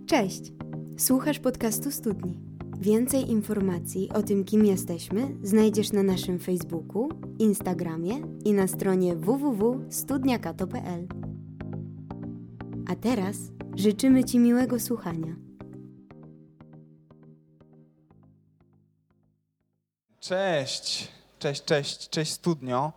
Cześć! Słuchasz podcastu Studni. Więcej informacji o tym, kim jesteśmy, znajdziesz na naszym Facebooku, Instagramie i na stronie www.studniakato.pl. A teraz życzymy Ci miłego słuchania. Cześć Studnio.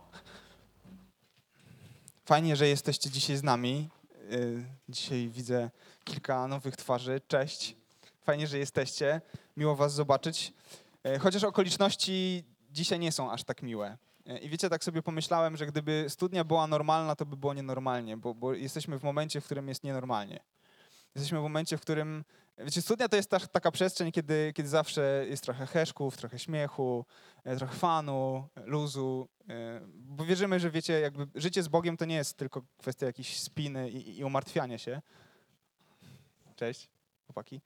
Fajnie, że jesteście dzisiaj z nami. Dzisiaj widzę kilka nowych twarzy. Cześć. Fajnie, że jesteście. Miło was zobaczyć. Chociaż okoliczności dzisiaj nie są aż tak miłe. I wiecie, tak sobie pomyślałem, że gdyby studnia była normalna, to by było nienormalnie, bo jesteśmy w momencie, w którym jest nienormalnie. Jesteśmy w momencie, w którym... Wiecie, studnia to jest taka przestrzeń, kiedy zawsze jest trochę heszków, trochę śmiechu, trochę fanu, luzu. Bo wierzymy, że wiecie, jakby życie z Bogiem to nie jest tylko kwestia jakiejś spiny i umartwiania się. Cześć, chłopaki.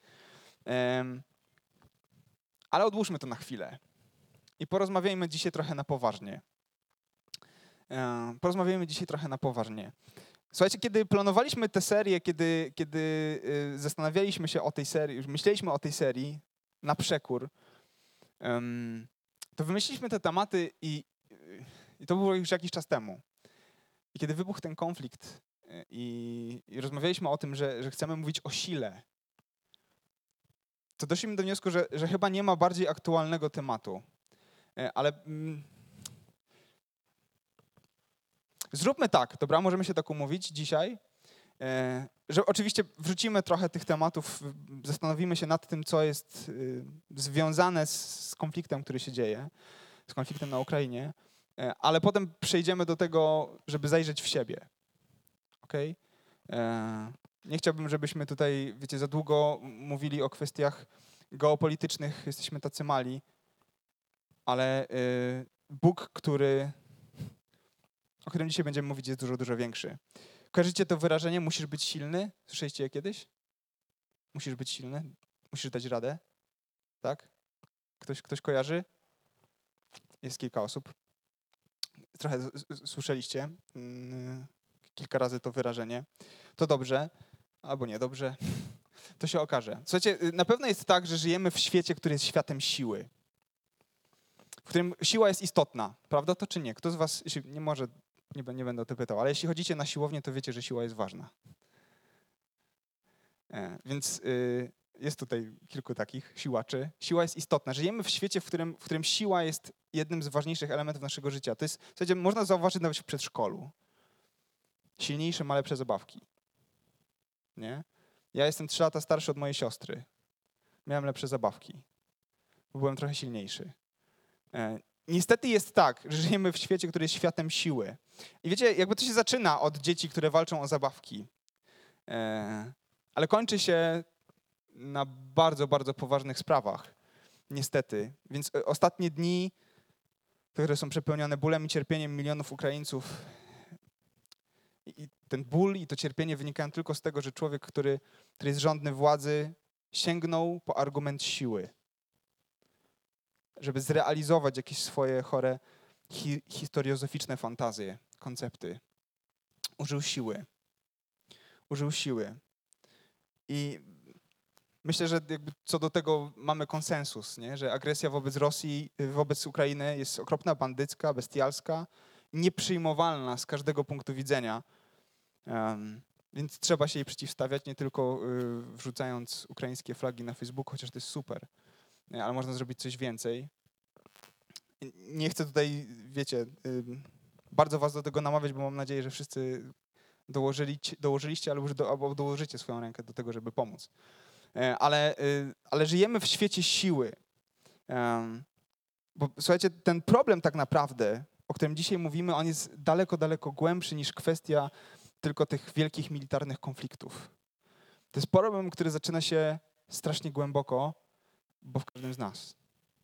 Ale odłóżmy to na chwilę i porozmawiajmy dzisiaj trochę na poważnie. Słuchajcie, kiedy planowaliśmy tę serię, kiedy zastanawialiśmy się o tej serii, już myśleliśmy o tej serii na przekór, to wymyśliliśmy te tematy i to było już jakiś czas temu. I kiedy wybuchł ten konflikt i rozmawialiśmy o tym, że chcemy mówić o sile, to doszliśmy do wniosku, że chyba nie ma bardziej aktualnego tematu. Ale zróbmy tak, dobra? Możemy się tak umówić dzisiaj, że oczywiście wrzucimy trochę tych tematów, zastanowimy się nad tym, co jest związane z konfliktem, który się dzieje, z konfliktem na Ukrainie, ale potem przejdziemy do tego, żeby zajrzeć w siebie. Okej? Nie chciałbym, żebyśmy tutaj, wiecie, za długo mówili o kwestiach geopolitycznych, jesteśmy tacy mali, ale Bóg, o którym dzisiaj będziemy mówić, jest dużo, dużo większy. Kojarzycie to wyrażenie, musisz być silny? Słyszeliście je kiedyś? Musisz być silny? Musisz dać radę? Tak? Ktoś kojarzy? Jest kilka osób. Trochę słyszeliście kilka razy to wyrażenie. To dobrze, albo niedobrze. To się okaże. Słuchajcie, na pewno jest tak, że żyjemy w świecie, który jest światem siły. W którym siła jest istotna. Prawda to czy nie? Kto z was, nie będę o to pytał, ale jeśli chodzicie na siłownię, to wiecie, że siła jest ważna. Więc jest tutaj kilku takich siłaczy. Siła jest istotna. Żyjemy w świecie, w którym siła jest jednym z ważniejszych elementów naszego życia. To jest, słuchajcie, można zauważyć nawet w przedszkolu. Silniejsze ma lepsze zabawki. Nie? Ja jestem 3 lata starszy od mojej siostry. Miałem lepsze zabawki. Byłem trochę silniejszy. Niestety jest tak, że żyjemy w świecie, który jest światem siły. I wiecie, jakby to się zaczyna od dzieci, które walczą o zabawki. Ale kończy się na bardzo, bardzo poważnych sprawach. Niestety. Więc ostatnie dni, które są przepełnione bólem i cierpieniem milionów Ukraińców, i ten ból i to cierpienie wynikają tylko z tego, że człowiek, który jest żądny władzy, sięgnął po argument siły, żeby zrealizować jakieś swoje chore, historiozoficzne fantazje, koncepty. Użył siły. I myślę, że jakby co do tego mamy konsensus, nie? Że agresja wobec Rosji, wobec Ukrainy jest okropna, bandycka, bestialska, nieprzyjmowalna z każdego punktu widzenia. Więc trzeba się jej przeciwstawiać, nie tylko wrzucając ukraińskie flagi na Facebooku, chociaż to jest super, ale można zrobić coś więcej. Nie chcę tutaj, wiecie, bardzo was do tego namawiać, bo mam nadzieję, że wszyscy dołożyliście albo dołożycie swoją rękę do tego, żeby pomóc. Ale żyjemy w świecie siły. Bo słuchajcie, ten problem tak naprawdę, o którym dzisiaj mówimy, on jest daleko, daleko głębszy niż kwestia tylko tych wielkich militarnych konfliktów. To jest problem, który zaczyna się strasznie głęboko, bo w każdym z nas.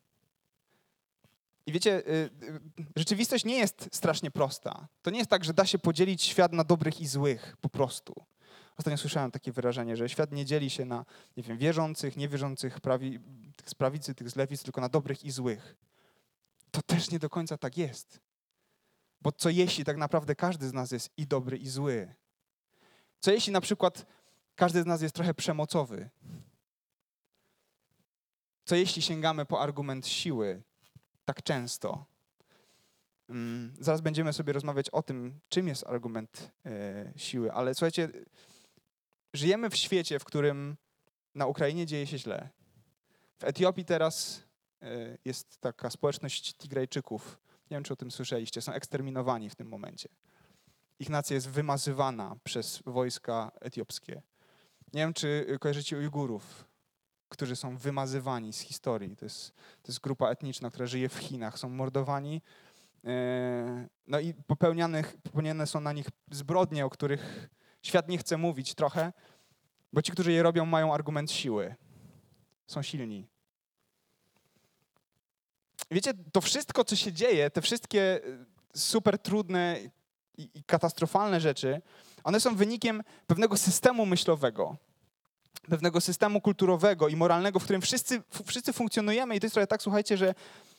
I wiecie, rzeczywistość nie jest strasznie prosta. To nie jest tak, że da się podzielić świat na dobrych i złych po prostu. Ostatnio słyszałem takie wyrażenie, że świat nie dzieli się na, nie wiem, wierzących, niewierzących, tych z prawicy, tych z lewicy, tylko na dobrych i złych. To też nie do końca tak jest. Bo co jeśli tak naprawdę każdy z nas jest i dobry, i zły? Co jeśli na przykład każdy z nas jest trochę przemocowy? Co jeśli sięgamy po argument siły tak często? Zaraz będziemy sobie rozmawiać o tym, czym jest argument siły, ale słuchajcie, żyjemy w świecie, w którym na Ukrainie dzieje się źle. W Etiopii teraz jest taka społeczność Tigrajczyków. Nie wiem, czy o tym słyszeliście. Są eksterminowani w tym momencie. Ich nacja jest wymazywana przez wojska etiopskie. Nie wiem, czy kojarzycie Ujgurów, którzy są wymazywani z historii. To jest grupa etniczna, która żyje w Chinach. Są mordowani. No i popełniane są na nich zbrodnie, o których świat nie chce mówić trochę, bo ci, którzy je robią, mają argument siły. Są silni. Wiecie, to wszystko, co się dzieje, te wszystkie super trudne i katastrofalne rzeczy, one są wynikiem pewnego systemu myślowego, pewnego systemu kulturowego i moralnego, w którym wszyscy funkcjonujemy i to jest trochę tak, słuchajcie, że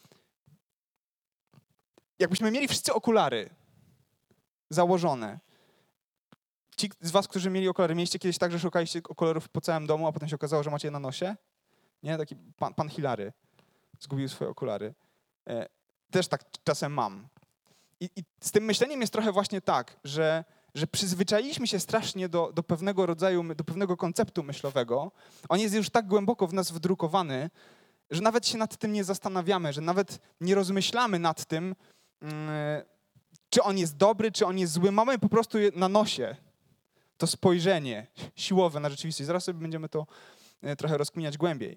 jakbyśmy mieli wszyscy okulary założone. Ci z was, którzy mieli okulary, mieliście kiedyś tak, że szukaliście okularów po całym domu, a potem się okazało, że macie je na nosie? Nie? Taki pan Hilary zgubił swoje okulary. Też tak czasem mam. I z tym myśleniem jest trochę właśnie tak, że przyzwyczailiśmy się strasznie do pewnego rodzaju, do pewnego konceptu myślowego. On jest już tak głęboko w nas wdrukowany, że nawet się nad tym nie zastanawiamy, że nawet nie rozmyślamy nad tym, czy on jest dobry, czy on jest zły. Mamy po prostu na nosie to spojrzenie siłowe na rzeczywistość. Zaraz sobie będziemy to trochę rozkminiać głębiej.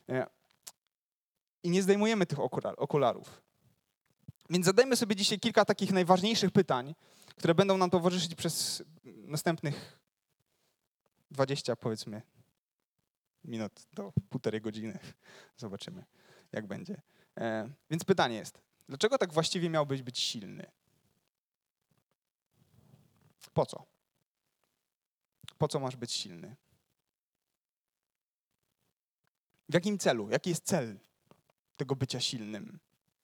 I nie zdejmujemy tych okularów. Więc zadajmy sobie dzisiaj kilka takich najważniejszych pytań, które będą nam towarzyszyć przez następnych 20, powiedzmy, minut do 1,5 godziny. Zobaczymy, jak będzie. Więc pytanie jest, dlaczego tak właściwie miałbyś być silny? Po co? Po co masz być silny? W jakim celu? Jaki jest cel tego bycia silnym?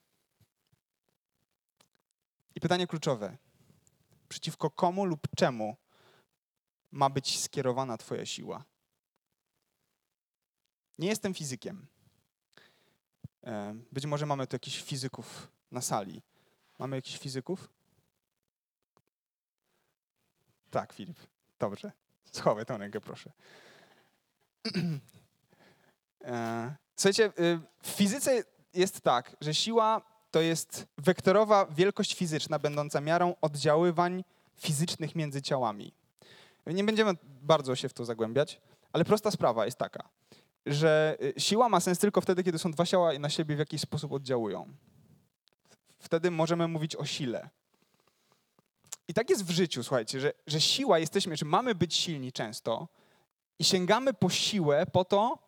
I pytanie kluczowe. Przeciwko komu lub czemu ma być skierowana twoja siła? Nie jestem fizykiem. Być może mamy tu jakichś fizyków na sali. Mamy jakichś fizyków? Tak, Filip. Dobrze. Schowaj tę rękę, proszę. Słuchajcie, w fizyce jest tak, że siła to jest wektorowa wielkość fizyczna, będąca miarą oddziaływań fizycznych między ciałami. Nie będziemy bardzo się w to zagłębiać, ale prosta sprawa jest taka, że siła ma sens tylko wtedy, kiedy są dwa ciała i na siebie w jakiś sposób oddziałują. Wtedy możemy mówić o sile. I tak jest w życiu, słuchajcie, że siła jesteśmy, że mamy być silni często i sięgamy po siłę po to,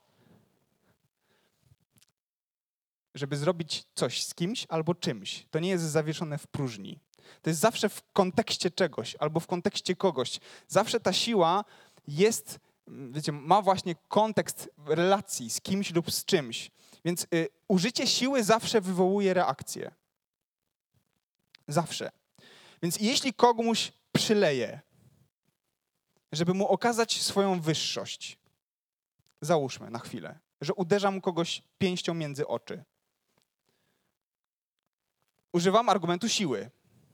żeby zrobić coś z kimś albo czymś. To nie jest zawieszone w próżni. To jest zawsze w kontekście czegoś albo w kontekście kogoś. Zawsze ta siła jest, wiecie, ma właśnie kontekst relacji z kimś lub z czymś. Więc użycie siły zawsze wywołuje reakcję. Zawsze. Więc jeśli komuś przyleję, żeby mu okazać swoją wyższość, załóżmy na chwilę, że uderzam kogoś pięścią między oczy. Używam argumentu siły.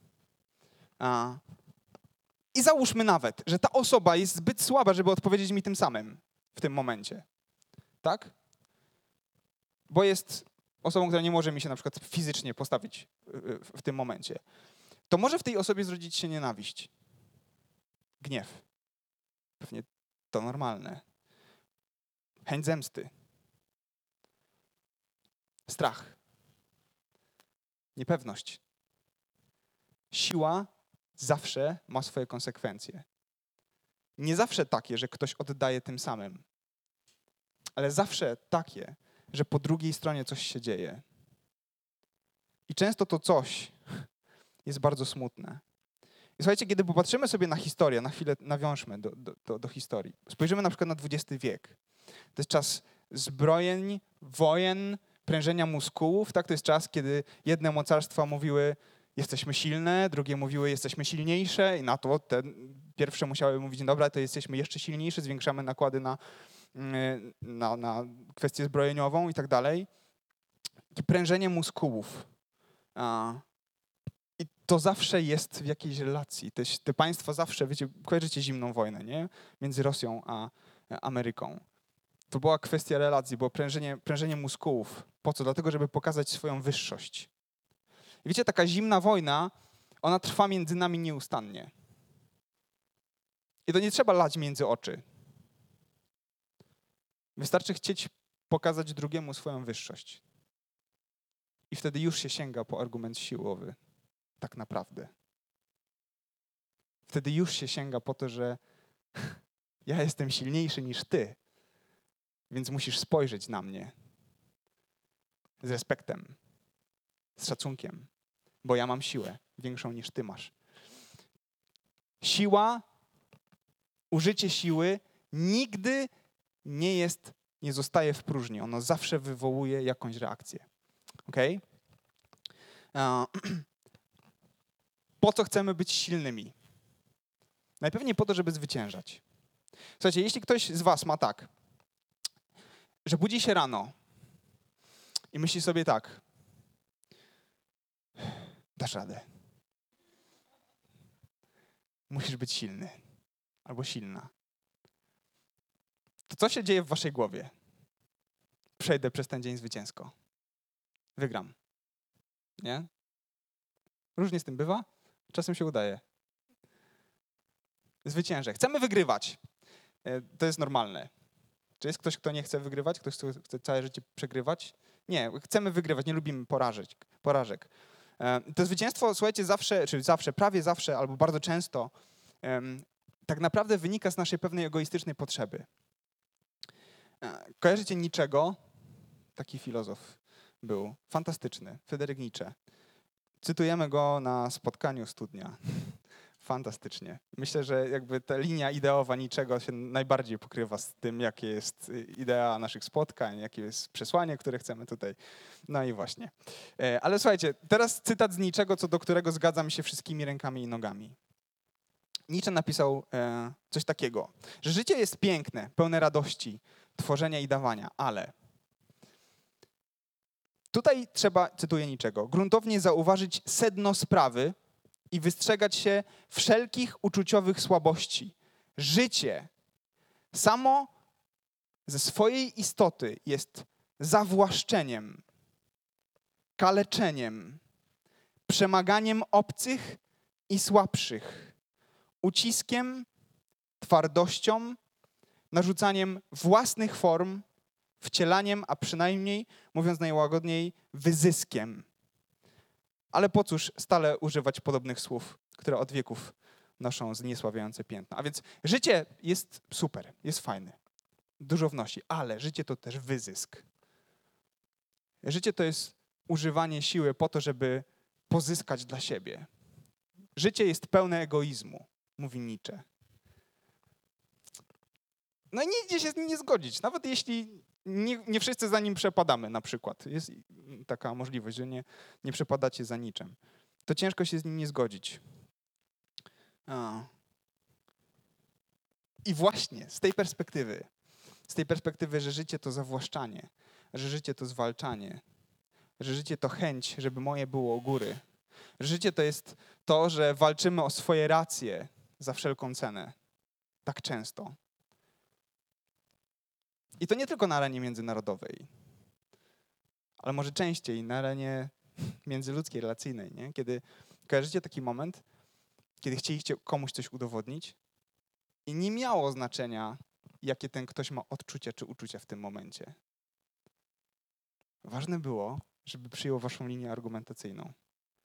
I załóżmy nawet, że ta osoba jest zbyt słaba, żeby odpowiedzieć mi tym samym w tym momencie. Tak? Bo jest osobą, która nie może mi się na przykład fizycznie postawić w tym momencie. To może w tej osobie zrodzić się nienawiść. Gniew. Pewnie to normalne. Chęć zemsty. Strach. Niepewność. Siła zawsze ma swoje konsekwencje. Nie zawsze takie, że ktoś oddaje tym samym, ale zawsze takie, że po drugiej stronie coś się dzieje. I często to coś jest bardzo smutne. I słuchajcie, kiedy popatrzymy sobie na historię, na chwilę nawiążmy do historii. Spojrzymy na przykład na XX wiek. To jest czas zbrojeń, wojen, prężenia muskułów. Tak? To jest czas, kiedy jedne mocarstwa mówiły, jesteśmy silne, drugie mówiły, jesteśmy silniejsze i na to te pierwsze musiały mówić, dobra, to jesteśmy jeszcze silniejsi, zwiększamy nakłady na kwestię zbrojeniową i tak dalej. Takie prężenie muskułów. I to zawsze jest w jakiejś relacji. Te państwa zawsze, wiecie, kojarzycie zimną wojnę, nie? Między Rosją a Ameryką. To była kwestia relacji, było prężenie muskułów. Po co? Dlatego, żeby pokazać swoją wyższość. I wiecie, taka zimna wojna, ona trwa między nami nieustannie. I to nie trzeba lać między oczy. Wystarczy chcieć pokazać drugiemu swoją wyższość. I wtedy już się sięga po argument siłowy. Tak naprawdę. Wtedy już się sięga po to, że ja jestem silniejszy niż ty, więc musisz spojrzeć na mnie z respektem, z szacunkiem, bo ja mam siłę większą niż ty masz. Siła, użycie siły nigdy nie zostaje w próżni. Ono zawsze wywołuje jakąś reakcję. Okej? Po co chcemy być silnymi? Najpewniej po to, żeby zwyciężać. Słuchajcie, jeśli ktoś z was ma tak, że budzi się rano i myśli sobie tak, dasz radę. Musisz być silny albo silna. To co się dzieje w waszej głowie? Przejdę przez ten dzień zwycięsko. Wygram. Nie? Różnie z tym bywa. Czasem się udaje. Zwyciężę. Chcemy wygrywać. To jest normalne. Czy jest ktoś, kto nie chce wygrywać? Ktoś, kto chce całe życie przegrywać? Nie, chcemy wygrywać, nie lubimy porażek. To zwycięstwo, słuchajcie, prawie zawsze, albo bardzo często, tak naprawdę wynika z naszej pewnej egoistycznej potrzeby. Kojarzycie Nietzschego? Taki filozof był. Fantastyczny. Fryderyk Nietzsche. Cytujemy go na spotkaniu studnia. Fantastycznie. Myślę, że jakby ta linia ideowa Nietzschego się najbardziej pokrywa z tym, jakie jest idea naszych spotkań, jakie jest przesłanie, które chcemy tutaj. No i właśnie. Ale słuchajcie, teraz cytat z Nietzschego, co do którego zgadzam się wszystkimi rękami i nogami. Nietzsche napisał coś takiego, że życie jest piękne, pełne radości, tworzenia i dawania, ale tutaj trzeba, cytuję Nietzschego, gruntownie zauważyć sedno sprawy i wystrzegać się wszelkich uczuciowych słabości. Życie samo ze swojej istoty jest zawłaszczeniem, kaleczeniem, przemaganiem obcych i słabszych, uciskiem, twardością, narzucaniem własnych form, wcielaniem, a przynajmniej, mówiąc najłagodniej, wyzyskiem. Ale po cóż stale używać podobnych słów, które od wieków noszą zniesławiające piętno. A więc życie jest super, jest fajne, dużo wnosi, ale życie to też wyzysk. Życie to jest używanie siły po to, żeby pozyskać dla siebie. Życie jest pełne egoizmu, mówi Nietzsche. No i nie idzie się z nim nie zgodzić, nawet jeśli nie wszyscy za nim przepadamy na przykład. Jest taka możliwość, że nie przepadacie za niczym. To ciężko się z nim nie zgodzić. I właśnie z tej perspektywy, że życie to zawłaszczanie, że życie to zwalczanie, że życie to chęć, żeby moje było u góry, że życie to jest to, że walczymy o swoje racje za wszelką cenę. Tak często. I to nie tylko na arenie międzynarodowej, ale może częściej na arenie międzyludzkiej, relacyjnej, nie? Kiedy kojarzycie taki moment, kiedy chcieliście komuś coś udowodnić i nie miało znaczenia, jakie ten ktoś ma odczucia czy uczucia w tym momencie. Ważne było, żeby przyjął waszą linię argumentacyjną.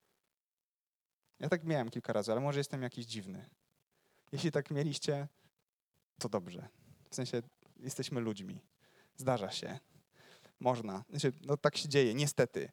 Ja tak miałem kilka razy, ale może jestem jakiś dziwny. Jeśli tak mieliście, to dobrze. W sensie jesteśmy ludźmi. Zdarza się. Można. Znaczy, no tak się dzieje, niestety.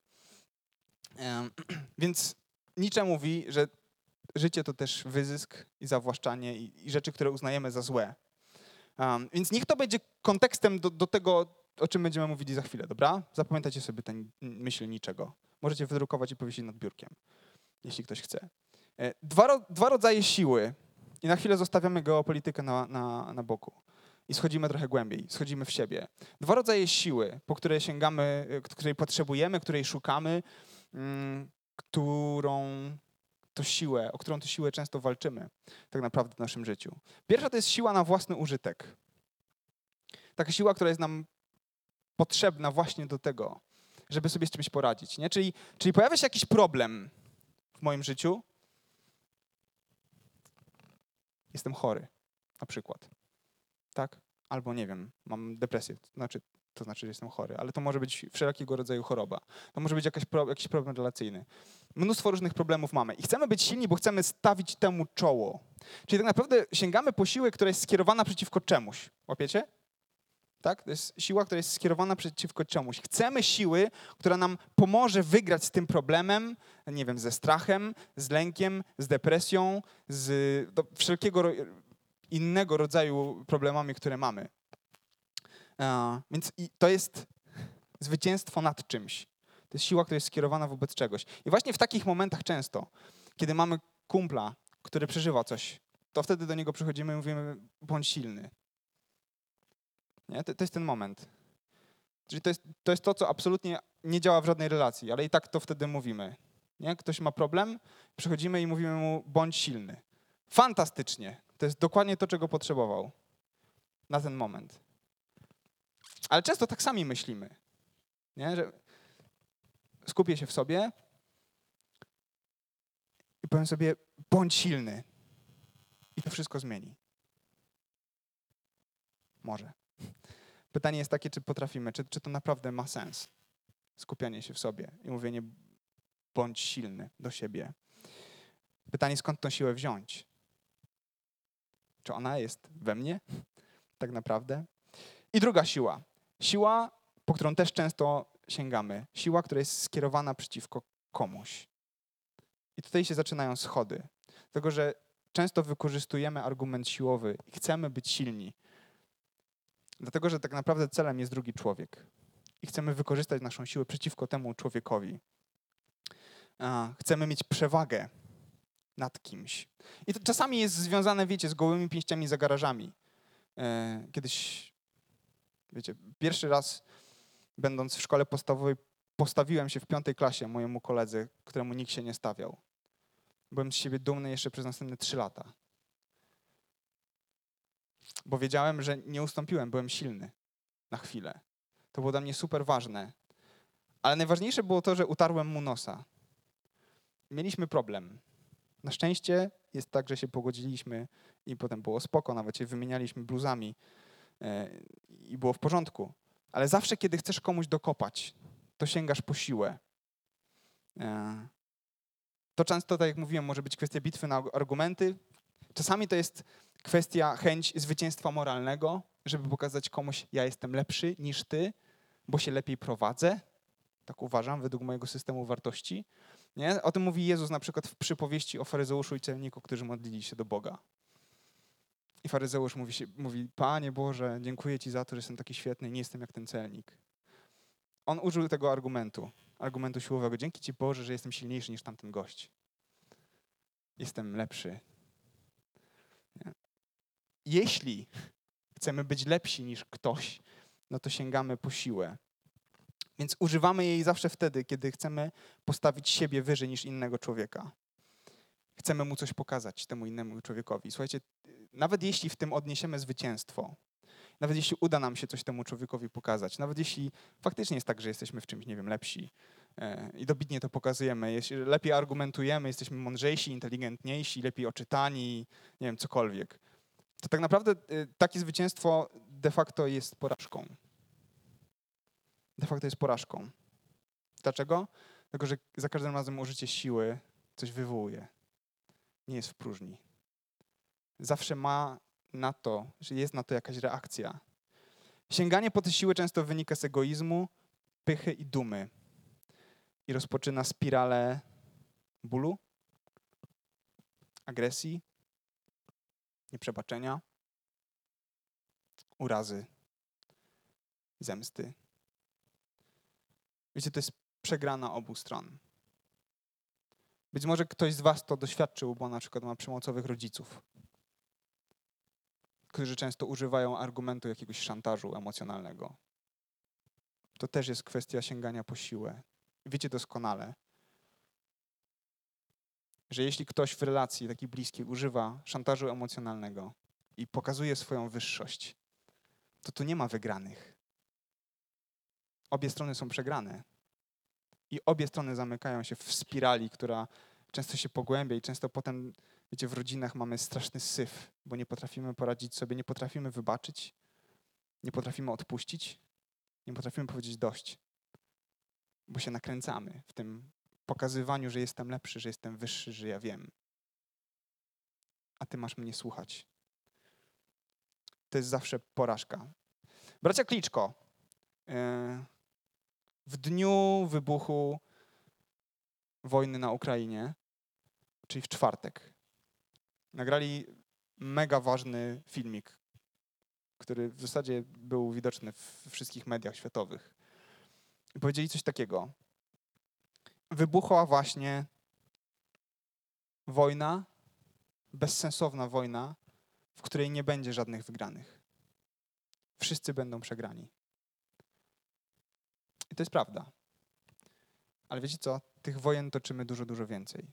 Więc Nietzsche mówi, że życie to też wyzysk i zawłaszczanie i rzeczy, które uznajemy za złe. Więc niech to będzie kontekstem do tego, o czym będziemy mówili za chwilę, dobra? Zapamiętajcie sobie tę myśl Nietzschego. Możecie wydrukować i powiesić nad biurkiem, jeśli ktoś chce. Dwa rodzaje siły. I na chwilę zostawiamy geopolitykę na boku. i schodzimy trochę głębiej, schodzimy w siebie. Dwa rodzaje siły, po które sięgamy, której potrzebujemy, której szukamy, o którą to siłę często walczymy tak naprawdę w naszym życiu. Pierwsza to jest siła na własny użytek. Taka siła, która jest nam potrzebna właśnie do tego, żeby sobie z czymś poradzić. Nie? Czyli pojawia się jakiś problem w moim życiu. Jestem chory, na przykład. Tak? Albo nie wiem, mam depresję, to znaczy, że jestem chory, ale to może być wszelkiego rodzaju choroba. To może być jakiś problem relacyjny. Mnóstwo różnych problemów mamy i chcemy być silni, bo chcemy stawić temu czoło. Czyli tak naprawdę sięgamy po siłę, która jest skierowana przeciwko czemuś. Łapiecie? Tak? To jest siła, która jest skierowana przeciwko czemuś. Chcemy siły, która nam pomoże wygrać z tym problemem, nie wiem, ze strachem, z lękiem, z depresją, wszelkiego innego rodzaju problemami, które mamy. Więc to jest zwycięstwo nad czymś. To jest siła, która jest skierowana wobec czegoś. I właśnie w takich momentach często, kiedy mamy kumpla, który przeżywa coś, to wtedy do niego przychodzimy i mówimy, bądź silny. Nie? To jest ten moment. Czyli to jest to, co absolutnie nie działa w żadnej relacji, ale i tak to wtedy mówimy. Nie? Ktoś ma problem, przychodzimy i mówimy mu, bądź silny. Fantastycznie. To jest dokładnie to, czego potrzebował na ten moment. Ale często tak sami myślimy, nie? Że skupię się w sobie i powiem sobie, bądź silny. I to wszystko zmieni. Może. Pytanie jest takie, czy potrafimy, czy to naprawdę ma sens. Skupianie się w sobie i mówienie, bądź silny do siebie. Pytanie, skąd tę siłę wziąć? Czy ona jest we mnie? Tak naprawdę. I druga siła. Siła, po którą też często sięgamy. Siła, która jest skierowana przeciwko komuś. I tutaj się zaczynają schody. Dlatego, że często wykorzystujemy argument siłowy i chcemy być silni. Dlatego, że tak naprawdę celem jest drugi człowiek. I chcemy wykorzystać naszą siłę przeciwko temu człowiekowi. Chcemy mieć przewagę nad kimś. I to czasami jest związane, wiecie, z gołymi pięściami za garażami. Kiedyś, wiecie, pierwszy raz będąc w szkole podstawowej postawiłem się w 5. klasie mojemu koledze, któremu nikt się nie stawiał. Byłem z siebie dumny jeszcze przez następne 3 lata. Bo wiedziałem, że nie ustąpiłem, byłem silny na chwilę. To było dla mnie super ważne. Ale najważniejsze było to, że utarłem mu nosa. Mieliśmy problem. Na szczęście jest tak, że się pogodziliśmy i potem było spoko, nawet się wymienialiśmy bluzami i było w porządku. Ale zawsze, kiedy chcesz komuś dokopać, to sięgasz po siłę. To często, tak jak mówiłem, może być kwestia bitwy na argumenty. Czasami to jest kwestia chęć zwycięstwa moralnego, żeby pokazać komuś, ja jestem lepszy niż ty, bo się lepiej prowadzę. Tak uważam, według mojego systemu wartości. Nie? O tym mówi Jezus na przykład w przypowieści o faryzeuszu i celniku, którzy modlili się do Boga. I faryzeusz mówi, Panie Boże, dziękuję Ci za to, że jestem taki świetny i nie jestem jak ten celnik. On użył tego argumentu siłowego. Dzięki Ci Boże, że jestem silniejszy niż tamten gość. Jestem lepszy. Nie? Jeśli chcemy być lepsi niż ktoś, no to sięgamy po siłę. Więc używamy jej zawsze wtedy, kiedy chcemy postawić siebie wyżej niż innego człowieka. Chcemy mu coś pokazać, temu innemu człowiekowi. Słuchajcie, nawet jeśli w tym odniesiemy zwycięstwo, nawet jeśli uda nam się coś temu człowiekowi pokazać, nawet jeśli faktycznie jest tak, że jesteśmy w czymś, nie wiem, lepsi i dobitnie to pokazujemy, jeśli lepiej argumentujemy, jesteśmy mądrzejsi, inteligentniejsi, lepiej oczytani, nie wiem, cokolwiek, to tak naprawdę takie zwycięstwo de facto jest porażką. De facto jest porażką. Dlaczego? Dlatego, że za każdym razem użycie siły coś wywołuje. Nie jest w próżni. Zawsze jest na to jakaś reakcja. Sięganie po tę siłę często wynika z egoizmu, pychy i dumy. I rozpoczyna spiralę bólu, agresji, nieprzebaczenia, urazy, zemsty. Wiecie, to jest przegrana obu stron. Być może ktoś z was to doświadczył, bo na przykład ma przemocowych rodziców, którzy często używają argumentu jakiegoś szantażu emocjonalnego. To też jest kwestia sięgania po siłę. Wiecie doskonale, że jeśli ktoś w relacji takiej bliskiej używa szantażu emocjonalnego i pokazuje swoją wyższość, to tu nie ma wygranych. Obie strony są przegrane. I obie strony zamykają się w spirali, która często się pogłębia i często potem, wiecie, w rodzinach mamy straszny syf, bo nie potrafimy poradzić sobie, nie potrafimy wybaczyć, nie potrafimy odpuścić, nie potrafimy powiedzieć dość, bo się nakręcamy w tym pokazywaniu, że jestem lepszy, że jestem wyższy, że ja wiem. A ty masz mnie słuchać. To jest zawsze porażka. Bracia Kliczko, w dniu wybuchu wojny na Ukrainie, czyli w czwartek, nagrali mega ważny filmik, który w zasadzie był widoczny w wszystkich mediach światowych. I powiedzieli coś takiego. Wybuchła właśnie wojna, bezsensowna wojna, w której nie będzie żadnych wygranych. Wszyscy będą przegrani. I to jest prawda. Ale wiecie co? Tych wojen toczymy dużo, dużo więcej.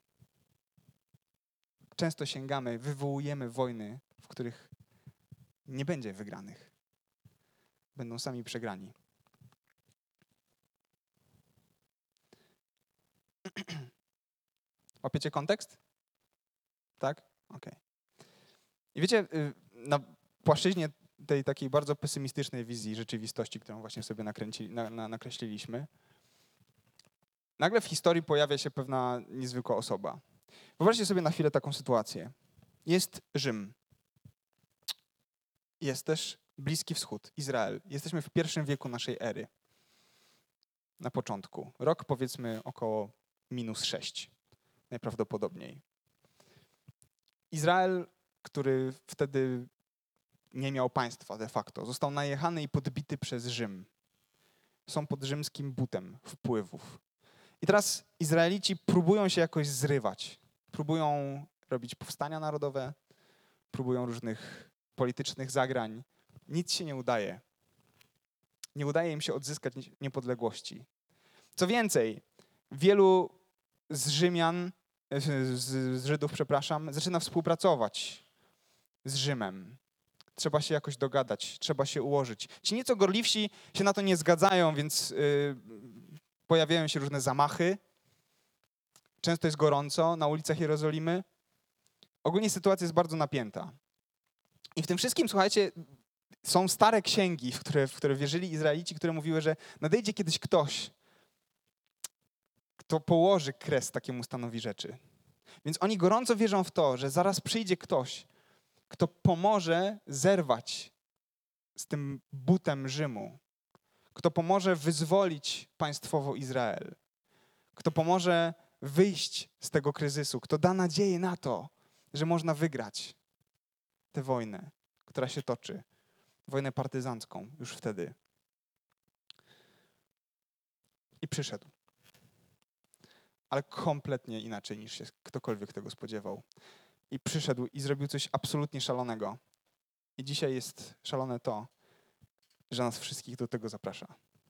Często sięgamy, wywołujemy wojny, w których nie będzie wygranych. Będą sami przegrani. Łapiecie kontekst? Tak? Okej. I wiecie, na płaszczyźnie tej takiej bardzo pesymistycznej wizji rzeczywistości, którą właśnie sobie nakreśliliśmy, nagle w historii pojawia się pewna niezwykła osoba. Wyobraźcie sobie na chwilę taką sytuację. Jest Rzym. Jest też Bliski Wschód, Izrael. Jesteśmy w I wieku naszej ery. Na początku. Rok powiedzmy około -6. Najprawdopodobniej. Izrael, który wtedy nie miał państwa de facto, został najechany i podbity przez Rzym. Są pod rzymskim butem wpływów. I teraz Izraelici próbują się jakoś zrywać. Próbują robić powstania narodowe, próbują różnych politycznych zagrań. Nic się nie udaje. Nie udaje im się odzyskać niepodległości. Co więcej, wielu z Rzymian, z Żydów, zaczyna współpracować z Rzymem. Trzeba się jakoś dogadać, trzeba się ułożyć. Ci nieco gorliwsi się na to nie zgadzają, więc pojawiają się różne zamachy. Często jest gorąco na ulicach Jerozolimy. Ogólnie sytuacja jest bardzo napięta. I w tym wszystkim, słuchajcie, są stare księgi, w które wierzyli Izraelici, które mówiły, że nadejdzie kiedyś ktoś, kto położy kres takiemu stanowi rzeczy. Więc oni gorąco wierzą w to, że zaraz przyjdzie ktoś, kto pomoże zerwać z tym butem Rzymu, kto pomoże wyzwolić państwowo Izrael, kto pomoże wyjść z tego kryzysu, kto da nadzieję na to, że można wygrać tę wojnę, która się toczy, wojnę partyzancką już wtedy. I przyszedł. Ale kompletnie inaczej niż się ktokolwiek tego spodziewał. I przyszedł i zrobił coś absolutnie szalonego. I dzisiaj jest szalone to, że nas wszystkich do tego zaprasza.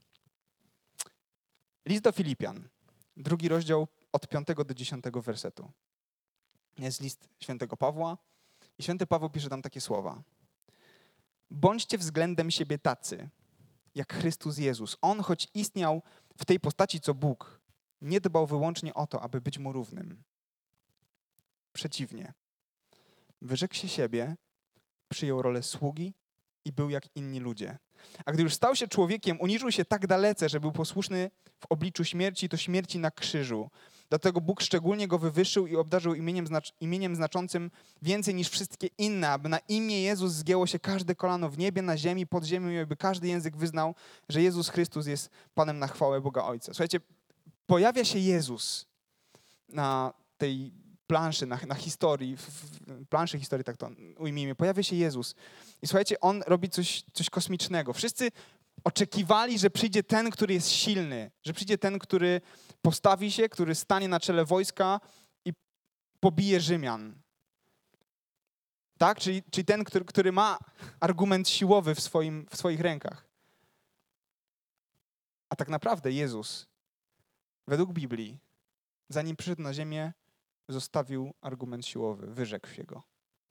List do Filipian, 2 rozdział od 5 do 10 wersetu. Jest list świętego Pawła i święty Paweł pisze tam takie słowa. Bądźcie względem siebie tacy, jak Chrystus Jezus. On, choć istniał w tej postaci co Bóg, nie dbał wyłącznie o to, aby być mu równym. Przeciwnie. Wyrzekł się siebie, przyjął rolę sługi i był jak inni ludzie. A gdy już stał się człowiekiem, uniżył się tak dalece, że był posłuszny w obliczu śmierci, to śmierci na krzyżu. Dlatego Bóg szczególnie go wywyższył i obdarzył imieniem znaczącym więcej niż wszystkie inne, aby na imię Jezus zgięło się każde kolano w niebie, na ziemi, pod ziemią i aby każdy język wyznał, że Jezus Chrystus jest Panem na chwałę Boga Ojca. Słuchajcie, pojawia się Jezus na tej planszy, na historii, w planszy historii, tak to ujmijmy, pojawia się Jezus. I słuchajcie, On robi coś kosmicznego. Wszyscy oczekiwali, że przyjdzie ten, który jest silny, że przyjdzie ten, który postawi się, który stanie na czele wojska i pobije Rzymian. Tak? Czyli ten, który ma argument siłowy w swoich rękach. A tak naprawdę Jezus, według Biblii, zanim przyszedł na ziemię, zostawił argument siłowy, wyrzekł się go.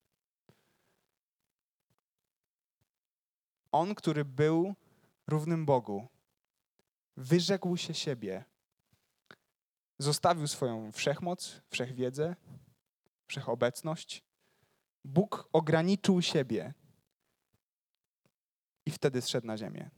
On, który był równym Bogu, wyrzekł się siebie. Zostawił swoją wszechmoc, wszechwiedzę, wszechobecność. Bóg ograniczył siebie i wtedy zszedł na ziemię.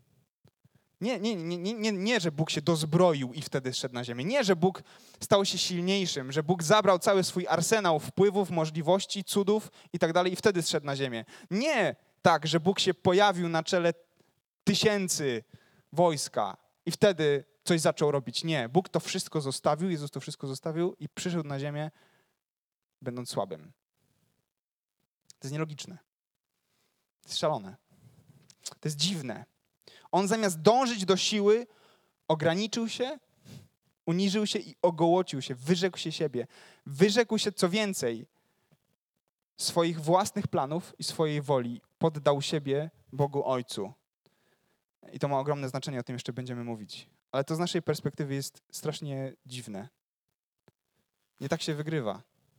Nie, że Bóg się dozbroił i wtedy zszedł na ziemię. Nie, że Bóg stał się silniejszym, że Bóg zabrał cały swój arsenał wpływów, możliwości, cudów i tak dalej i wtedy zszedł na ziemię. Nie tak, że Bóg się pojawił na czele tysięcy wojska i wtedy coś zaczął robić. Nie, Bóg to wszystko zostawił, Jezus to wszystko zostawił i przyszedł na ziemię, będąc słabym. To jest nielogiczne. To jest szalone. To jest dziwne. On zamiast dążyć do siły, ograniczył się, uniżył się i ogołocił się, wyrzekł się siebie. Wyrzekł się, co więcej, swoich własnych planów i swojej woli. Poddał siebie Bogu Ojcu. I to ma ogromne znaczenie, o tym jeszcze będziemy mówić. Ale to z naszej perspektywy jest strasznie dziwne. Nie tak się wygrywa.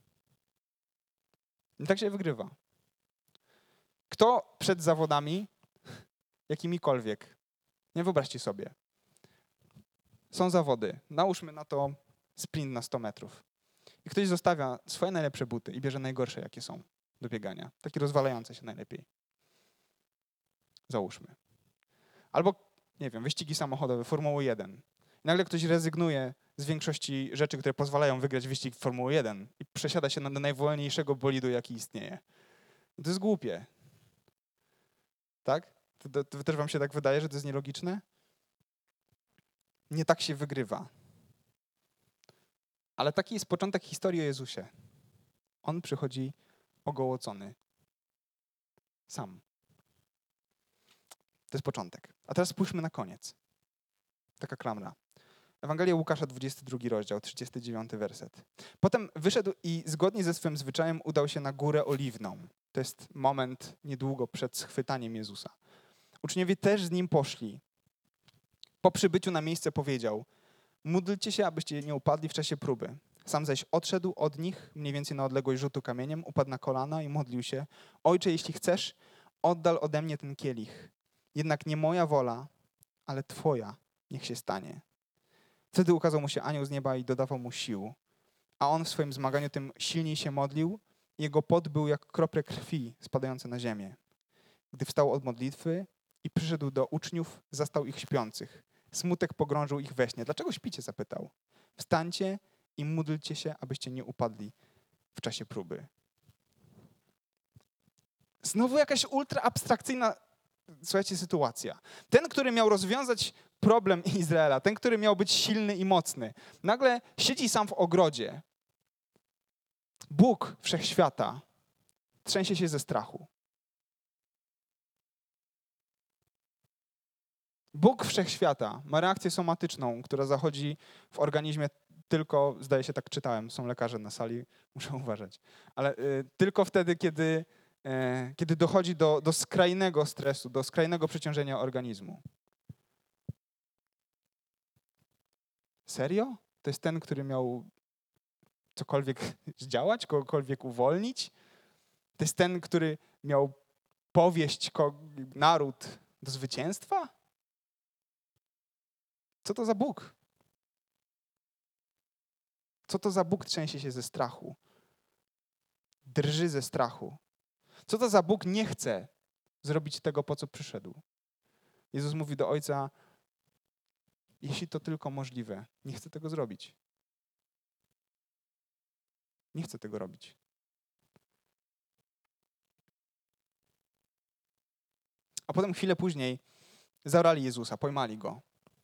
Nie tak się wygrywa. Kto przed zawodami, jakimikolwiek, nie wyobraźcie sobie, są zawody, nałóżmy na to sprint na 100 metrów. I ktoś zostawia swoje najlepsze buty i bierze najgorsze, jakie są do biegania. Takie rozwalające się najlepiej. Załóżmy. Albo, nie wiem, wyścigi samochodowe, Formuły 1. I nagle ktoś rezygnuje z większości rzeczy, które pozwalają wygrać wyścig w Formuły 1 i przesiada się na najwolniejszego bolidu, jaki istnieje. To jest głupie. Tak? To też wam się tak wydaje, że to jest nielogiczne? Nie tak się wygrywa. Ale taki jest początek historii o Jezusie. On przychodzi ogołocony. Sam. To jest początek. A teraz spójrzmy na koniec. Taka klamra. Ewangelia Łukasza, 22 rozdział, 39 werset. Potem wyszedł i zgodnie ze swym zwyczajem udał się na Górę Oliwną. To jest moment niedługo przed schwytaniem Jezusa. Uczniowie też z nim poszli. Po przybyciu na miejsce powiedział: módlcie się, abyście nie upadli w czasie próby. Sam zaś odszedł od nich, mniej więcej na odległość rzutu kamieniem, upadł na kolana i modlił się: Ojcze, jeśli chcesz, oddal ode mnie ten kielich. Jednak nie moja wola, ale Twoja niech się stanie. Wtedy ukazał mu się anioł z nieba i dodawał mu sił. A on w swoim zmaganiu tym silniej się modlił. Jego pot był jak krople krwi spadające na ziemię. Gdy wstał od modlitwy i przyszedł do uczniów, zastał ich śpiących. Smutek pogrążył ich we śnie. Dlaczego śpicie? Zapytał. Wstańcie i módlcie się, abyście nie upadli w czasie próby. Znowu jakaś ultra abstrakcyjna, słuchajcie, sytuacja. Ten, który miał rozwiązać problem Izraela, ten, który miał być silny i mocny, nagle siedzi sam w ogrodzie. Bóg Wszechświata trzęsie się ze strachu. Bóg Wszechświata ma reakcję somatyczną, która zachodzi w organizmie tylko, zdaje się, tak czytałem, są lekarze na sali, muszę uważać, ale tylko wtedy, kiedy dochodzi do skrajnego stresu, do skrajnego przeciążenia organizmu. Serio? To jest ten, który miał cokolwiek zdziałać, kogokolwiek uwolnić? To jest ten, który miał powieść naród do zwycięstwa? Co to za Bóg? Co to za Bóg trzęsie się ze strachu? Drży ze strachu. Co to za Bóg nie chce zrobić tego, po co przyszedł? Jezus mówi do Ojca: jeśli to tylko możliwe, nie chcę tego zrobić. Nie chcę tego robić. A potem chwilę później zaorali Jezusa, pojmali Go.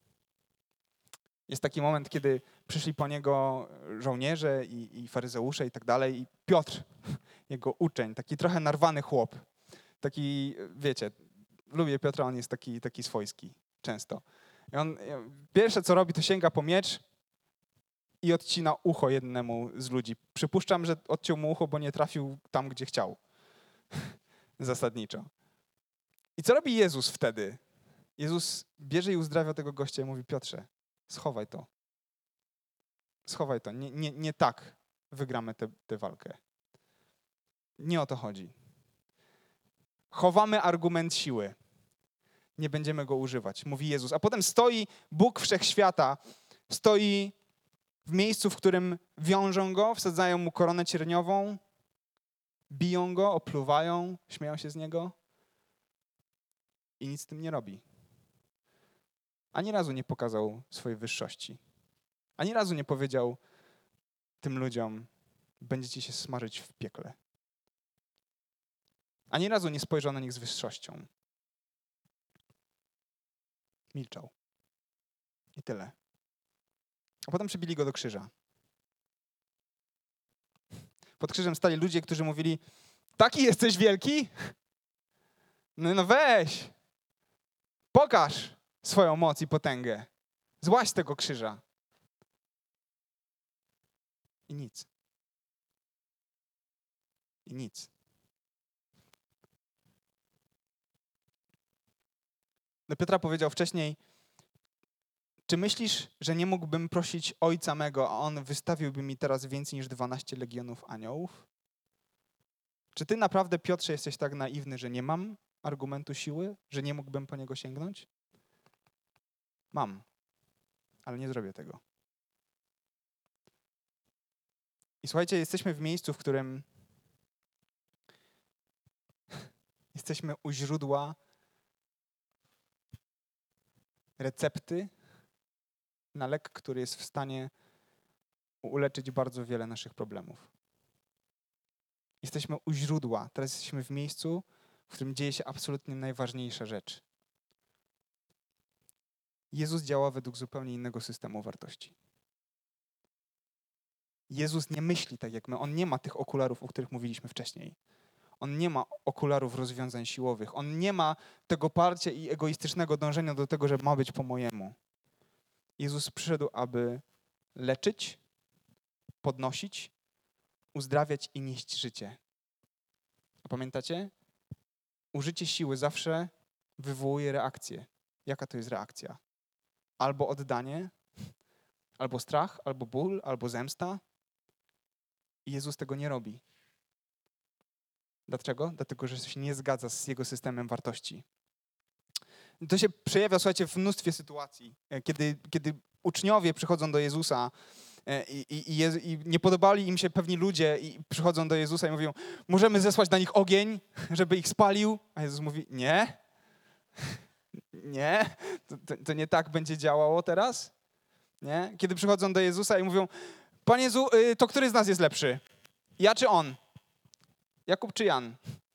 Jest taki moment, kiedy przyszli po Niego żołnierze i faryzeusze i tak dalej. I Piotr, jego uczeń, taki trochę narwany chłop. Taki, wiecie, lubię Piotra, on jest taki swojski często. I on pierwsze, co robi, to sięga po miecz i odcina ucho jednemu z ludzi. Przypuszczam, że odciął mu ucho, bo nie trafił tam, gdzie chciał. zasadniczo. I co robi Jezus wtedy? Jezus bierze i uzdrawia tego gościa i mówi: Piotrze, schowaj to. Schowaj to. Nie tak wygramy tę walkę. Nie o to chodzi. Chowamy argument siły. Nie będziemy go używać, mówi Jezus. A potem stoi Bóg Wszechświata, stoi w miejscu, w którym wiążą go, wsadzają mu koronę cierniową, biją go, opluwają, śmieją się z niego i nic z tym nie robi. Ani razu nie pokazał swojej wyższości. Ani razu nie powiedział tym ludziom: będziecie się smażyć w piekle. Ani razu nie spojrzał na nich z wyższością. Milczał. I tyle. A potem przybili go do krzyża. Pod krzyżem stali ludzie, którzy mówili: taki jesteś wielki? No weź, pokaż swoją moc i potęgę. Złaź z tego krzyża. I nic. I nic. Do Piotra powiedział wcześniej: czy myślisz, że nie mógłbym prosić Ojca mego, a On wystawiłby mi teraz więcej niż 12 legionów aniołów? Czy ty naprawdę, Piotrze, jesteś tak naiwny, że nie mam argumentu siły, że nie mógłbym po niego sięgnąć? Mam, ale nie zrobię tego. I słuchajcie, jesteśmy w miejscu, w którym jesteśmy u źródła recepty na lek, który jest w stanie uleczyć bardzo wiele naszych problemów. Jesteśmy u źródła. Teraz jesteśmy w miejscu, w którym dzieje się absolutnie najważniejsza rzecz. Jezus działa według zupełnie innego systemu wartości. Jezus nie myśli tak jak my. On nie ma tych okularów, o których mówiliśmy wcześniej. On nie ma okularów rozwiązań siłowych. On nie ma tego parcia i egoistycznego dążenia do tego, że ma być po mojemu. Jezus przyszedł, aby leczyć, podnosić, uzdrawiać i nieść życie. A pamiętacie? Użycie siły zawsze wywołuje reakcję. Jaka to jest reakcja? Albo oddanie, albo strach, albo ból, albo zemsta. I Jezus tego nie robi. Dlaczego? Dlatego, że się nie zgadza z Jego systemem wartości. To się przejawia, słuchajcie, w mnóstwie sytuacji. Kiedy uczniowie przychodzą do Jezusa i nie podobali im się pewni ludzie i przychodzą do Jezusa i mówią: możemy zesłać na nich ogień, żeby ich spalił. A Jezus mówi: nie. Nie. To nie tak będzie działało teraz. Nie? Kiedy przychodzą do Jezusa i mówią: Panie Jezu, to który z nas jest lepszy? Ja czy on? Jakub czy Jan?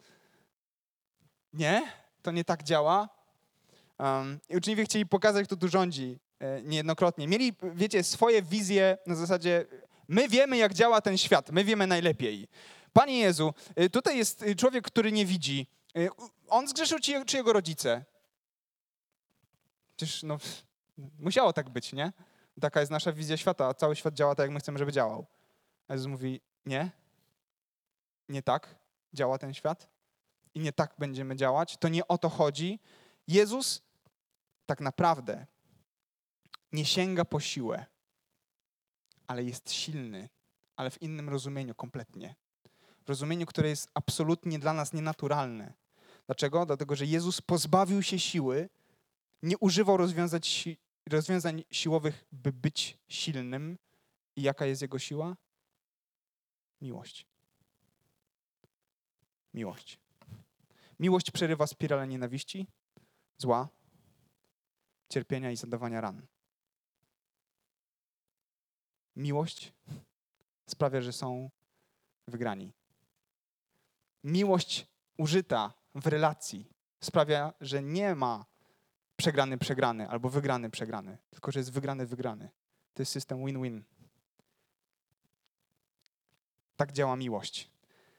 Nie, to nie tak działa. I uczniowie chcieli pokazać, kto tu rządzi niejednokrotnie. Mieli, wiecie, swoje wizje na zasadzie: my wiemy, jak działa ten świat, my wiemy najlepiej. Panie Jezu, tutaj jest człowiek, który nie widzi. On zgrzeszył czy jego rodzice? Przecież musiało tak być, nie? Taka jest nasza wizja świata, a cały świat działa tak, jak my chcemy, żeby działał. A Jezus mówi: nie, nie tak działa ten świat i nie tak będziemy działać. To nie o to chodzi. Jezus tak naprawdę nie sięga po siłę, ale jest silny, ale w innym rozumieniu kompletnie. W rozumieniu, które jest absolutnie dla nas nienaturalne. Dlaczego? Dlatego, że Jezus pozbawił się siły, nie używał rozwiązań siłowych, by być silnym. I jaka jest Jego siła? Miłość. Miłość. Miłość przerywa spiralę nienawiści, zła, cierpienia i zadawania ran. Miłość sprawia, że są wygrani. Miłość użyta w relacji sprawia, że nie ma przegrany albo wygrany, tylko że jest wygrany. To jest system win-win. Tak działa miłość.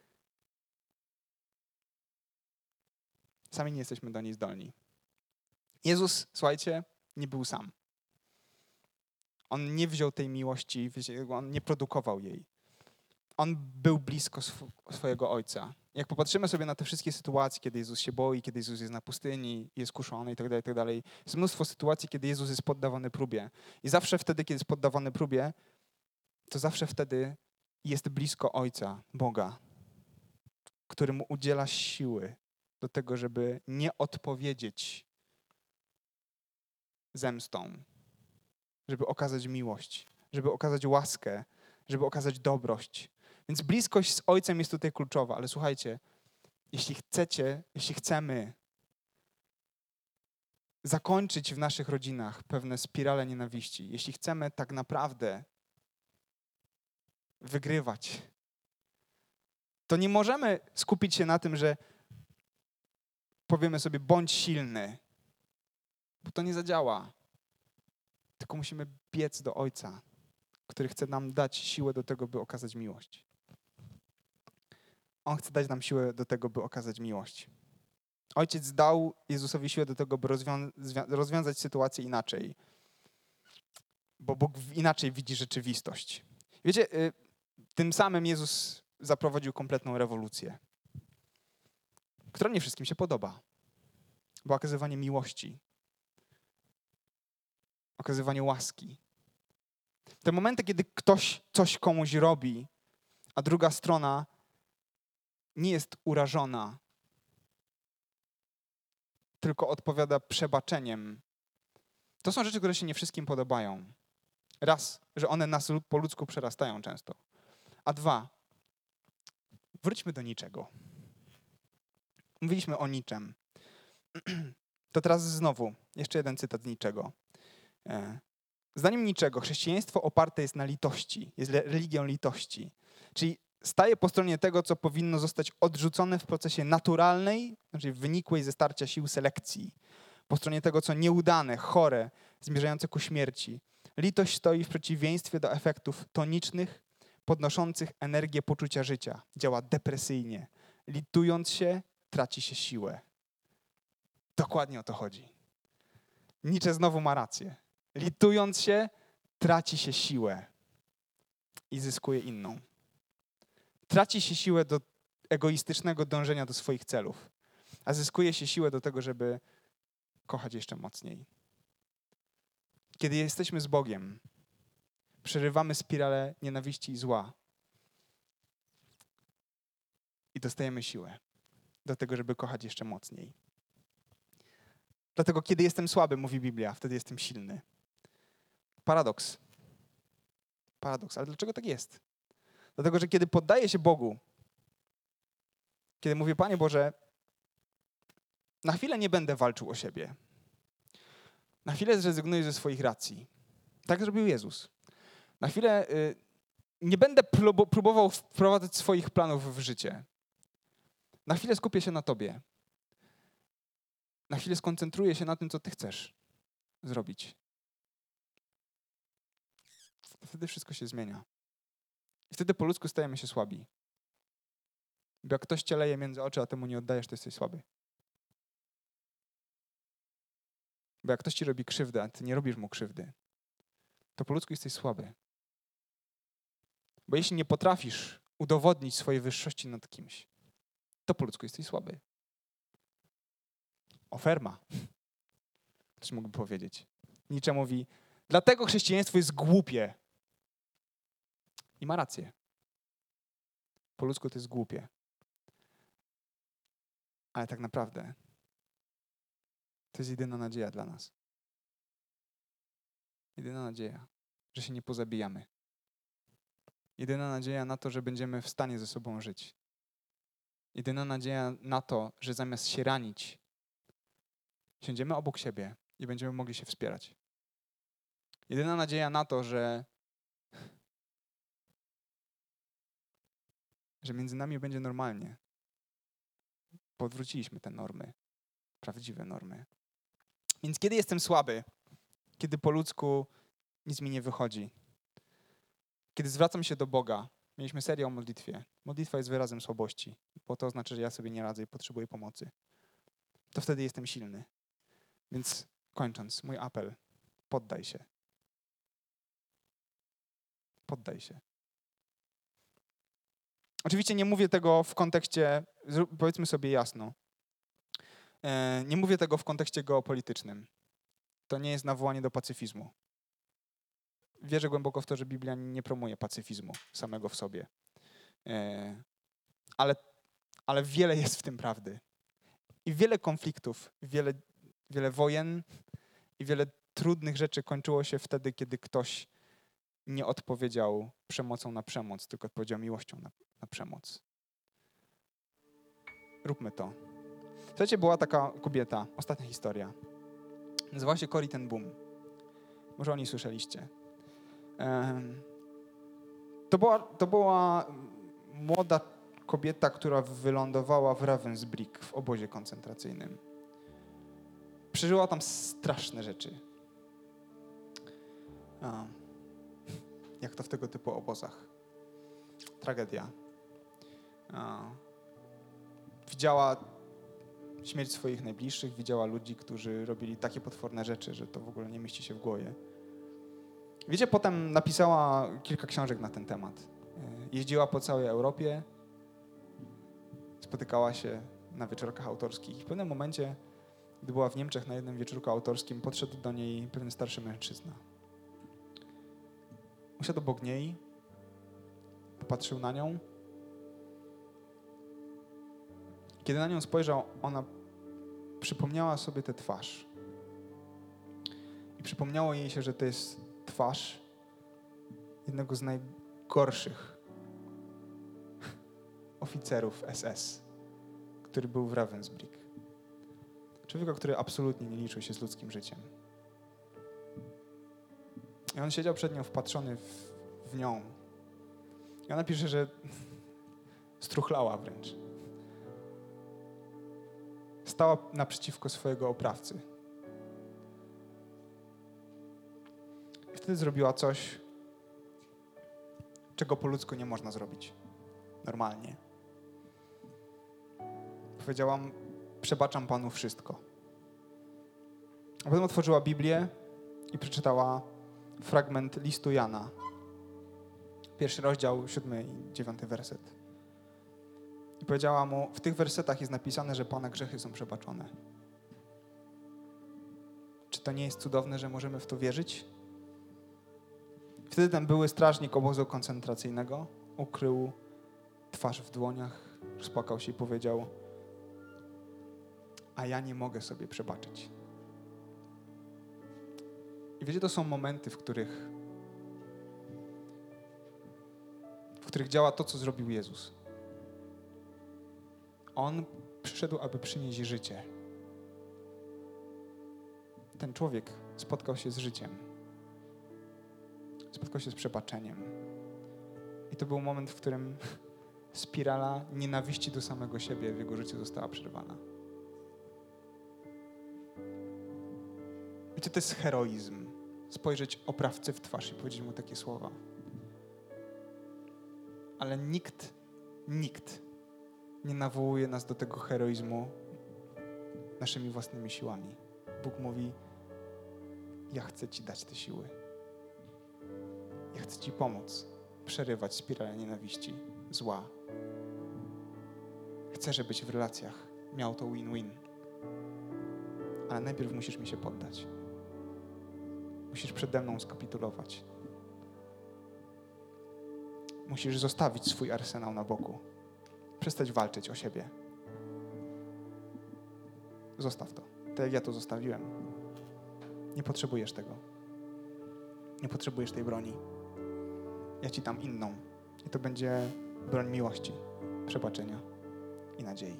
Sami nie jesteśmy do niej zdolni. Jezus, słuchajcie, nie był sam. On nie wziął tej miłości, on nie produkował jej. on był blisko swojego Ojca. Jak popatrzymy sobie na te wszystkie sytuacje, kiedy Jezus się boi, kiedy Jezus jest na pustyni, jest kuszony itd., jest mnóstwo sytuacji, kiedy Jezus jest poddawany próbie. I zawsze wtedy, kiedy jest poddawany próbie, to zawsze wtedy jest blisko Ojca, Boga, który mu udziela siły do tego, żeby nie odpowiedzieć zemstą, żeby okazać miłość, żeby okazać łaskę, żeby okazać dobroć. Więc bliskość z Ojcem jest tutaj kluczowa, ale słuchajcie, jeśli chcemy zakończyć w naszych rodzinach pewne spirale nienawiści, jeśli chcemy tak naprawdę wygrywać, to nie możemy skupić się na tym, że powiemy sobie bądź silny, bo to nie zadziała. Tylko musimy biec do Ojca, który chce nam dać siłę do tego, by okazać miłość. On chce dać nam siłę do tego, by okazać miłość. Ojciec dał Jezusowi siłę do tego, by rozwiązać sytuację inaczej. Bo Bóg inaczej widzi rzeczywistość. Wiecie, tym samym Jezus zaprowadził kompletną rewolucję, która nie wszystkim się podoba. Bo okazywanie miłości, okazywanie łaski. Te momenty, kiedy ktoś coś komuś robi, a druga strona nie jest urażona, tylko odpowiada przebaczeniem. To są rzeczy, które się nie wszystkim podobają. Raz, że one nas po ludzku przerastają często. A dwa, wróćmy do niczego. Mówiliśmy o niczym. To teraz znowu jeszcze jeden cytat z niczego. Zdaniem niczego chrześcijaństwo oparte jest na litości, jest religią litości. Czyli staje po stronie tego, co powinno zostać odrzucone w procesie naturalnej, znaczy wynikłej ze starcia sił selekcji. Po stronie tego, co nieudane, chore, zmierzające ku śmierci. Litość stoi w przeciwieństwie do efektów tonicznych, podnoszących energię poczucia życia. Działa depresyjnie. Litując się, traci się siłę. Dokładnie o to chodzi. Nietzsche znowu ma rację. Litując się, traci się siłę i zyskuje inną. Traci się siłę do egoistycznego dążenia do swoich celów, a zyskuje się siłę do tego, żeby kochać jeszcze mocniej. Kiedy jesteśmy z Bogiem, przerywamy spiralę nienawiści i zła i dostajemy siłę do tego, żeby kochać jeszcze mocniej. Dlatego, kiedy jestem słaby, mówi Biblia, wtedy jestem silny. Paradoks. Ale dlaczego tak jest? Dlatego, że kiedy poddaję się Bogu, kiedy mówię, Panie Boże, na chwilę nie będę walczył o siebie. Na chwilę zrezygnuję ze swoich racji. Tak zrobił Jezus. Na chwilę nie będę próbował wprowadzać swoich planów w życie. Na chwilę skupię się na Tobie. Na chwilę skoncentruję się na tym, co Ty chcesz zrobić. Wtedy wszystko się zmienia. I wtedy po ludzku stajemy się słabi. Bo jak ktoś cię leje między oczy, a temu nie oddajesz, to jesteś słaby. Bo jak ktoś ci robi krzywdę, a ty nie robisz mu krzywdy, to po ludzku jesteś słaby. Bo jeśli nie potrafisz udowodnić swojej wyższości nad kimś, to po ludzku jesteś słaby. Oferma. Ktoś mógłby powiedzieć. Nietzsche mówi, dlatego chrześcijaństwo jest głupie. I ma rację. Po ludzku to jest głupie. Ale tak naprawdę to jest jedyna nadzieja dla nas. Jedyna nadzieja, że się nie pozabijamy. Jedyna nadzieja na to, że będziemy w stanie ze sobą żyć. Jedyna nadzieja na to, że zamiast się ranić, siądziemy obok siebie i będziemy mogli się wspierać. Jedyna nadzieja na to, że między nami będzie normalnie. Podwróciliśmy te normy, prawdziwe normy. Więc kiedy jestem słaby, kiedy po ludzku nic mi nie wychodzi, kiedy zwracam się do Boga, mieliśmy serię o modlitwie. Modlitwa jest wyrazem słabości, bo to oznacza, że ja sobie nie radzę i potrzebuję pomocy. To wtedy jestem silny. Więc kończąc, mój apel, poddaj się. Poddaj się. Oczywiście nie mówię tego w kontekście, powiedzmy sobie jasno, nie mówię tego w kontekście geopolitycznym. To nie jest nawołanie do pacyfizmu. Wierzę głęboko w to, że Biblia nie promuje pacyfizmu samego w sobie. Ale wiele jest w tym prawdy. I wiele konfliktów, wiele wojen i wiele trudnych rzeczy kończyło się wtedy, kiedy ktoś nie odpowiedział przemocą na przemoc, tylko odpowiedział miłością na przemoc. Róbmy to. Słuchajcie, była taka kobieta, ostatnia historia. Nazywała się Corrie ten Boom. Może o niej słyszeliście. To była młoda kobieta, która wylądowała w Ravensbrück, w obozie koncentracyjnym. Przeżyła tam straszne rzeczy. Jak to w tego typu obozach. Tragedia. Widziała śmierć swoich najbliższych, widziała ludzi, którzy robili takie potworne rzeczy, że to w ogóle nie mieści się w głowie. Wiecie, potem napisała kilka książek na ten temat. Jeździła po całej Europie, spotykała się na wieczorkach autorskich. I w pewnym momencie, gdy była w Niemczech na jednym wieczorku autorskim, podszedł do niej pewien starszy mężczyzna. Usiadł obok niej, popatrzył na nią. Kiedy na nią spojrzał, ona przypomniała sobie tę twarz. I przypomniało jej się, że to jest twarz jednego z najgorszych oficerów SS, który był w Ravensbrück. Człowieka, który absolutnie nie liczył się z ludzkim życiem. I on siedział przed nią wpatrzony w nią. I ona pisze, że struchlała wręcz. Stała naprzeciwko swojego oprawcy. I wtedy zrobiła coś, czego po ludzku nie można zrobić. Normalnie. Powiedziałam, przebaczam Panu wszystko. A potem otworzyła Biblię i przeczytała fragment listu Jana. 1 rozdział, 7 i 9 werset. I powiedziała mu, w tych wersetach jest napisane, że Pana grzechy są przebaczone. Czy to nie jest cudowne, że możemy w to wierzyć? Wtedy ten były strażnik obozu koncentracyjnego ukrył twarz w dłoniach, rozpłakał się i powiedział, a ja nie mogę sobie przebaczyć. I wiecie, to są momenty, w których działa to, co zrobił Jezus. On przyszedł, aby przynieść życie. Ten człowiek spotkał się z życiem. Spotkał się z przebaczeniem. I to był moment, w którym spirala nienawiści do samego siebie w jego życiu została przerwana. Wiecie, to jest heroizm. Spojrzeć oprawcy w twarz i powiedzieć mu takie słowa. Ale nikt nie nawołuje nas do tego heroizmu naszymi własnymi siłami. Bóg mówi, ja chcę Ci dać te siły. Ja chcę Ci pomóc przerywać spiralę nienawiści, zła. Chcę, żebyś w relacjach miał to win-win. Ale najpierw musisz mi się poddać. Musisz przede mną skapitulować. Musisz zostawić swój arsenał na boku. Przestać walczyć o siebie. Zostaw to. Tak jak ja to zostawiłem. Nie potrzebujesz tego. Nie potrzebujesz tej broni. Ja Ci dam inną. I to będzie broń miłości, przebaczenia i nadziei.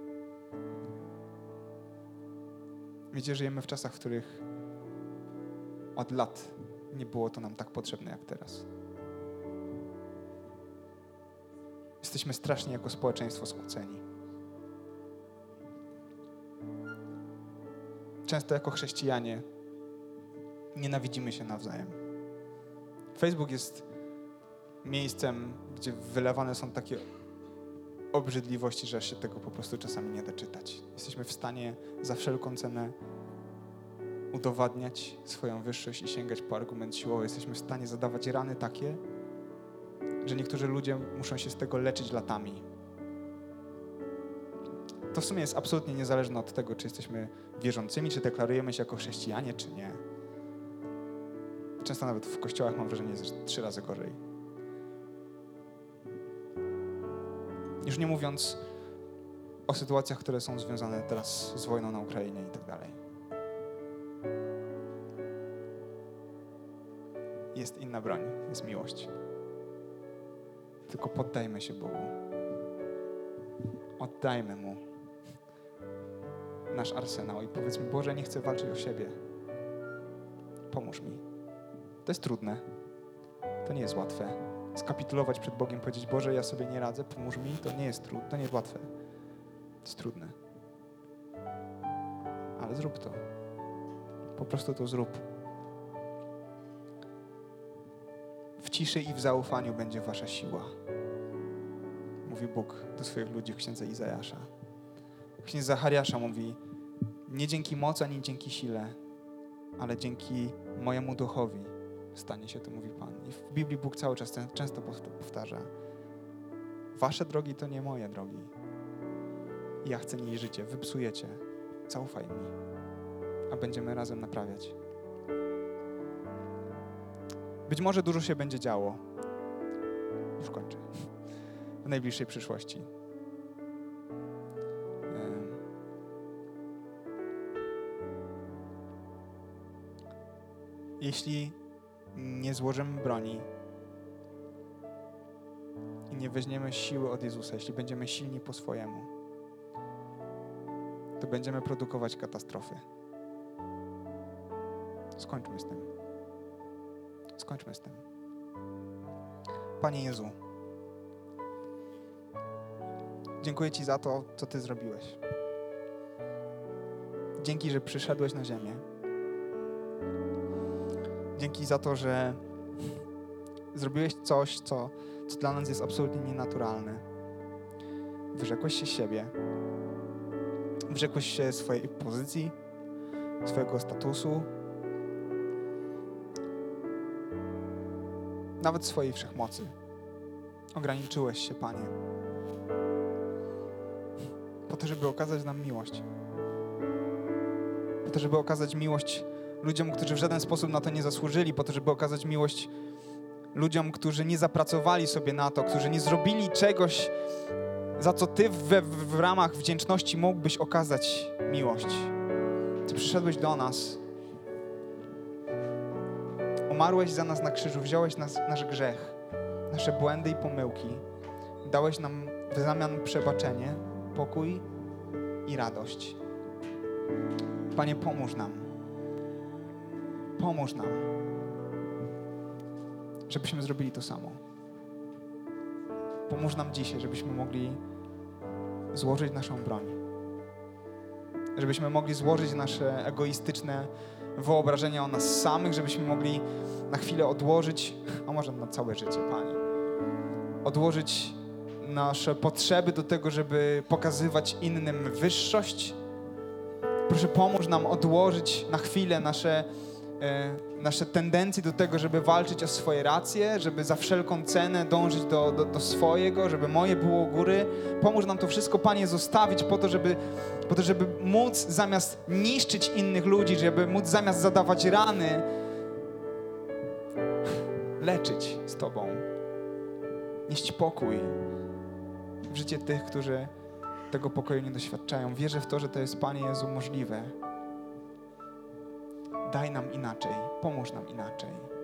Wiecie, żyjemy w czasach, w których od lat nie było to nam tak potrzebne jak teraz. Jesteśmy strasznie jako społeczeństwo skłóceni. Często jako chrześcijanie nienawidzimy się nawzajem. Facebook jest miejscem, gdzie wylewane są takie obrzydliwości, że się tego po prostu czasami nie da czytać. Jesteśmy w stanie za wszelką cenę udowadniać swoją wyższość i sięgać po argument siłowy. Jesteśmy w stanie zadawać rany takie, że niektórzy ludzie muszą się z tego leczyć latami. To w sumie jest absolutnie niezależne od tego, czy jesteśmy wierzącymi, czy deklarujemy się jako chrześcijanie, czy nie. Często nawet w kościołach mam wrażenie, jest 3 razy gorzej. Już nie mówiąc o sytuacjach, które są związane teraz z wojną na Ukrainie i tak dalej. Jest inna broń, jest miłość. Tylko poddajmy się Bogu. Oddajmy Mu nasz arsenał i powiedzmy: Boże, nie chcę walczyć o siebie. Pomóż mi. To jest trudne. To nie jest łatwe. Skapitulować przed Bogiem, powiedzieć: Boże, ja sobie nie radzę, pomóż mi. To nie jest trudne, to nie jest łatwe. To jest trudne. Ale zrób to. Po prostu to zrób. W ciszy i w zaufaniu będzie wasza siła. Mówi Bóg do swoich ludzi w księdze Izajasza. W księdze Zachariasza mówi: nie dzięki mocy, ani dzięki sile, ale dzięki mojemu duchowi stanie się to, mówi Pan. I w Biblii Bóg cały czas często powtarza: wasze drogi to nie moje drogi. I ja chcę mieć życie. Wy psujecie. Zaufaj mi, a będziemy razem naprawiać. Być może dużo się będzie działo. Już kończę. W najbliższej przyszłości. Jeśli nie złożymy broni i nie weźmiemy siły od Jezusa, jeśli będziemy silni po swojemu, to będziemy produkować katastrofy. Skończmy z tym. Skończmy z tym. Panie Jezu, dziękuję Ci za to, co Ty zrobiłeś. Dzięki, że przyszedłeś na ziemię. Dzięki za to, że zrobiłeś coś, co dla nas jest absolutnie nienaturalne. Wyrzekłeś się siebie. Wyrzekłeś się swojej pozycji, swojego statusu, nawet swojej wszechmocy. Ograniczyłeś się, Panie, po to, żeby okazać nam miłość. Po to, żeby okazać miłość ludziom, którzy w żaden sposób na to nie zasłużyli, po to, żeby okazać miłość ludziom, którzy nie zapracowali sobie na to, którzy nie zrobili czegoś, za co Ty w ramach wdzięczności mógłbyś okazać miłość. Ty przyszedłeś do nas, umarłeś za nas na krzyżu, wziąłeś nasz grzech, nasze błędy i pomyłki, dałeś nam w zamian przebaczenie, pokój i radość. Panie, pomóż nam. Pomóż nam, żebyśmy zrobili to samo. Pomóż nam dzisiaj, żebyśmy mogli złożyć naszą broń. Żebyśmy mogli złożyć nasze egoistyczne wyobrażenia o nas samych, żebyśmy mogli na chwilę odłożyć, a może na całe życie, Panie, odłożyć nasze potrzeby do tego, żeby pokazywać innym wyższość. Proszę, pomóż nam odłożyć na chwilę nasze tendencje do tego, żeby walczyć o swoje racje, żeby za wszelką cenę dążyć do swojego, żeby moje było u góry. Pomóż nam to wszystko, Panie, zostawić po to, żeby móc zamiast niszczyć innych ludzi, żeby móc zamiast zadawać rany, leczyć z Tobą. Nieść pokój w życie tych, którzy tego pokoju nie doświadczają. Wierzę w to, że to jest, Panie Jezu, możliwe. Daj nam inaczej, pomóż nam inaczej.